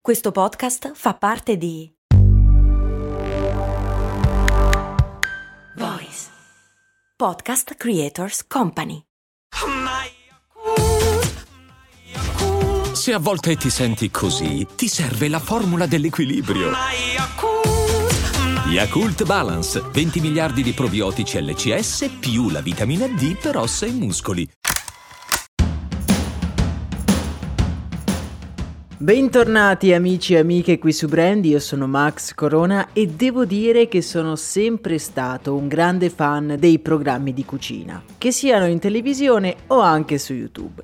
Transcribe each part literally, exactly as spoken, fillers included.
Questo podcast fa parte di Voice Podcast Creators Company. Se a volte ti senti così, ti serve la formula dell'equilibrio. Yakult Balance, venti miliardi di probiotici L C S più la vitamina D per ossa e muscoli. Bentornati amici e amiche qui su Brand, io sono Max Corona e devo dire che sono sempre stato un grande fan dei programmi di cucina, che siano in televisione o anche su YouTube.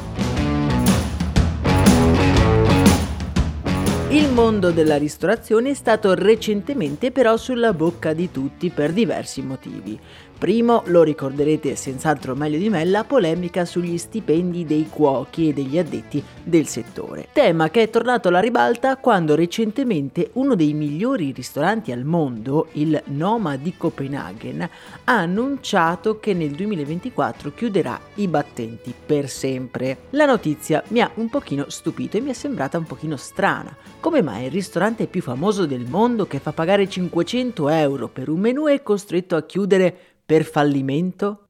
Il mondo della ristorazione è stato recentemente però sulla bocca di tutti per diversi motivi. Primo, lo ricorderete senz'altro meglio di me, la polemica sugli stipendi dei cuochi e degli addetti del settore. Tema che è tornato alla ribalta quando recentemente uno dei migliori ristoranti al mondo, il Noma di Copenaghen, ha annunciato che nel duemilaventiquattro chiuderà i battenti per sempre. La notizia mi ha un pochino stupito e mi è sembrata un pochino strana. Come mai il ristorante più famoso del mondo, che fa pagare cinquecento euro per un menù, è costretto a chiudere per fallimento?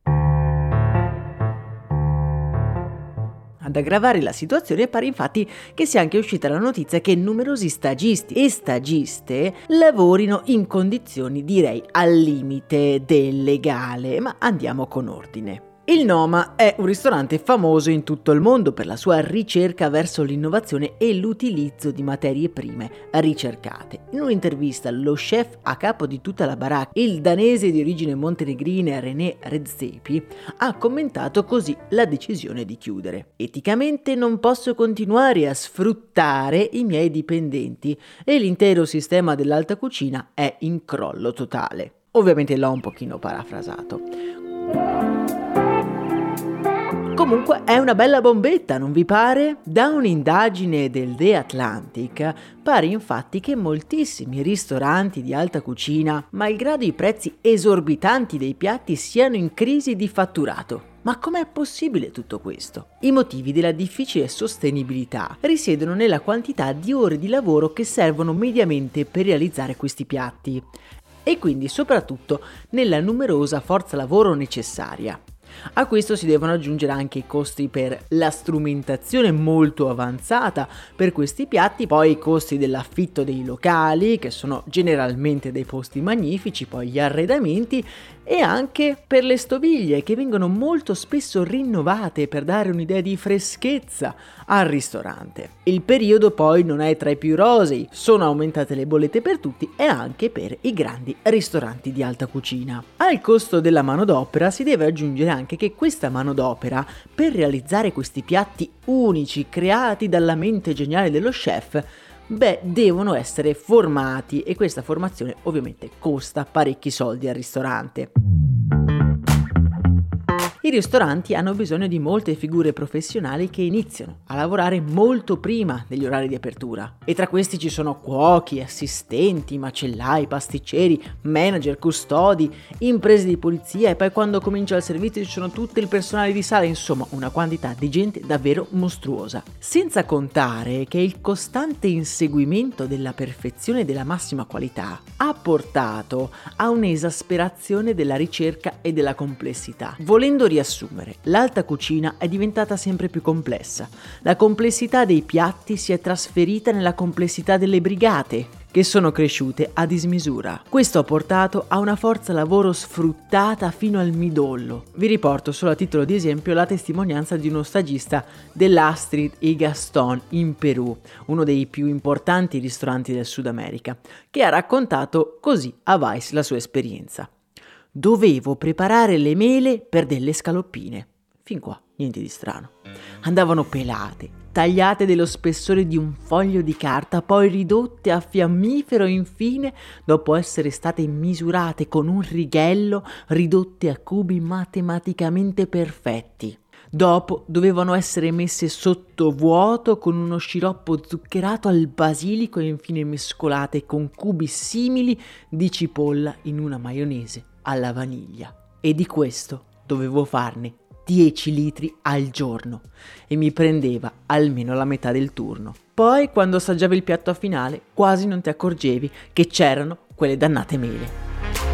Ad aggravare la situazione pare infatti che sia anche uscita la notizia che numerosi stagisti e stagiste lavorino in condizioni, direi, al limite del legale, ma andiamo con ordine. Il Noma è un ristorante famoso in tutto il mondo per la sua ricerca verso l'innovazione e l'utilizzo di materie prime ricercate. In un'intervista lo chef a capo di tutta la baracca, il danese di origine montenegrina René Redzepi, ha commentato così la decisione di chiudere. Eticamente non posso continuare a sfruttare i miei dipendenti e l'intero sistema dell'alta cucina è in crollo totale. Ovviamente l'ho un pochino parafrasato. Comunque è una bella bombetta, non vi pare? Da un'indagine del The Atlantic pare infatti che moltissimi ristoranti di alta cucina, malgrado i prezzi esorbitanti dei piatti, siano in crisi di fatturato. Ma com'è possibile tutto questo? I motivi della difficile sostenibilità risiedono nella quantità di ore di lavoro che servono mediamente per realizzare questi piatti e quindi soprattutto nella numerosa forza lavoro necessaria. A questo si devono aggiungere anche i costi per la strumentazione molto avanzata per questi piatti, poi i costi dell'affitto dei locali, che sono generalmente dei posti magnifici, poi gli arredamenti e anche per le stoviglie, che vengono molto spesso rinnovate per dare un'idea di freschezza al ristorante. Il periodo poi non è tra i più rosei, sono aumentate le bollette per tutti e anche per i grandi ristoranti di alta cucina. Al costo della manodopera si deve aggiungere anche che questa manodopera, per realizzare questi piatti unici creati dalla mente geniale dello chef, beh, devono essere formati e questa formazione ovviamente costa parecchi soldi al ristorante. I ristoranti hanno bisogno di molte figure professionali che iniziano a lavorare molto prima degli orari di apertura e tra questi ci sono cuochi, assistenti, macellai, pasticceri, manager, custodi, imprese di polizia e poi quando comincia il servizio ci sono tutto il personale di sala, insomma una quantità di gente davvero mostruosa. Senza contare che il costante inseguimento della perfezione e della massima qualità ha portato a un'esasperazione della ricerca e della complessità. Volendo riassumere, l'alta cucina è diventata sempre più complessa. La complessità dei piatti si è trasferita nella complessità delle brigate, che sono cresciute a dismisura. Questo ha portato a una forza lavoro sfruttata fino al midollo. Vi riporto solo a titolo di esempio la testimonianza di uno stagista dell'Astrid y Gaston in Perù, uno dei più importanti ristoranti del Sud America, che ha raccontato così a Vice la sua esperienza. Dovevo preparare le mele per delle scaloppine. Fin qua, niente di strano. Andavano pelate, tagliate dello spessore di un foglio di carta, poi ridotte a fiammifero e infine, dopo essere state misurate con un righello, ridotte a cubi matematicamente perfetti. Dopo dovevano essere messe sotto vuoto con uno sciroppo zuccherato al basilico e infine mescolate con cubi simili di cipolla in una maionese alla vaniglia. E di questo dovevo farne dieci litri al giorno e mi prendeva almeno la metà del turno. Poi, quando assaggiavi il piatto finale, quasi non ti accorgevi che c'erano quelle dannate mele.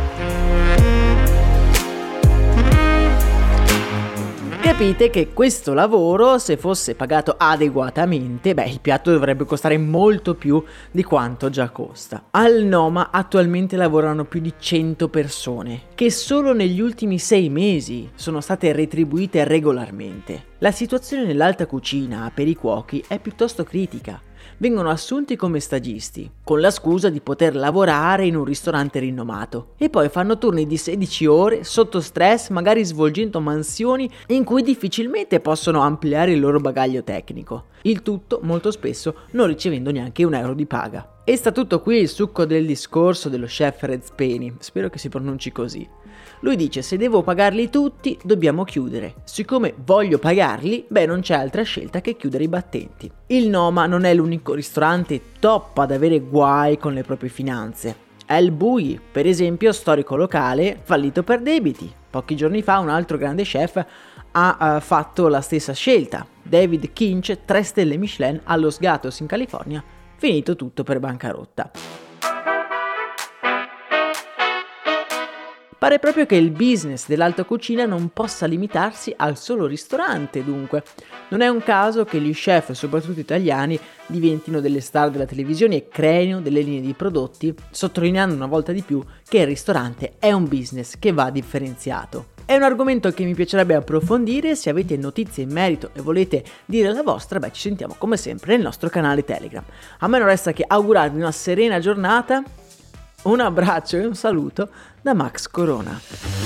Capite che questo lavoro, se fosse pagato adeguatamente, beh, il piatto dovrebbe costare molto più di quanto già costa. Al Noma attualmente lavorano più di cento persone, che solo negli ultimi sei mesi sono state retribuite regolarmente. La situazione nell'alta cucina per i cuochi è piuttosto critica. Vengono assunti come stagisti, con la scusa di poter lavorare in un ristorante rinomato, e poi fanno turni di sedici ore sotto stress, magari svolgendo mansioni in cui difficilmente possono ampliare il loro bagaglio tecnico. Il tutto molto spesso non ricevendo neanche un euro di paga. E sta tutto qui il succo del discorso dello chef Rezpeni, spero che si pronunci così. Lui dice: se devo pagarli tutti, dobbiamo chiudere. Siccome voglio pagarli, beh, non c'è altra scelta che chiudere i battenti. Il Noma non è l'unico ristorante top ad avere guai con le proprie finanze. El Bulli, per esempio, storico locale, fallito per debiti. Pochi giorni fa un altro grande chef ha uh, fatto la stessa scelta. David Kinch, tre stelle Michelin a Los Gatos in California, finito tutto per bancarotta. Pare proprio che il business dell'alta cucina non possa limitarsi al solo ristorante, dunque. Non è un caso che gli chef, soprattutto italiani, diventino delle star della televisione e creino delle linee di prodotti, sottolineando una volta di più che il ristorante è un business che va differenziato. È un argomento che mi piacerebbe approfondire. Se avete notizie in merito e volete dire la vostra, beh, ci sentiamo come sempre nel nostro canale Telegram. A me non resta che augurarvi una serena giornata. Un abbraccio e un saluto da Max Corona.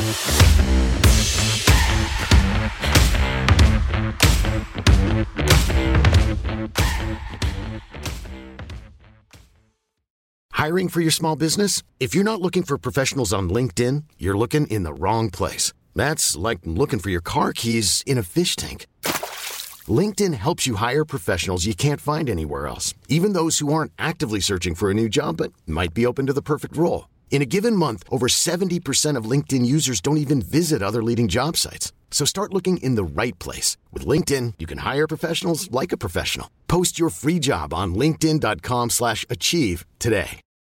Hiring for your small business? If you're not looking for professionals on LinkedIn, you're looking in the wrong place. That's like looking for your car keys in a fish tank. LinkedIn helps you hire professionals you can't find anywhere else, even those who aren't actively searching for a new job but might be open to the perfect role. In a given month, over seventy percent of LinkedIn users don't even visit other leading job sites. So start looking in the right place. With LinkedIn, you can hire professionals like a professional. Post your free job on linkedin dot com slash achieve today.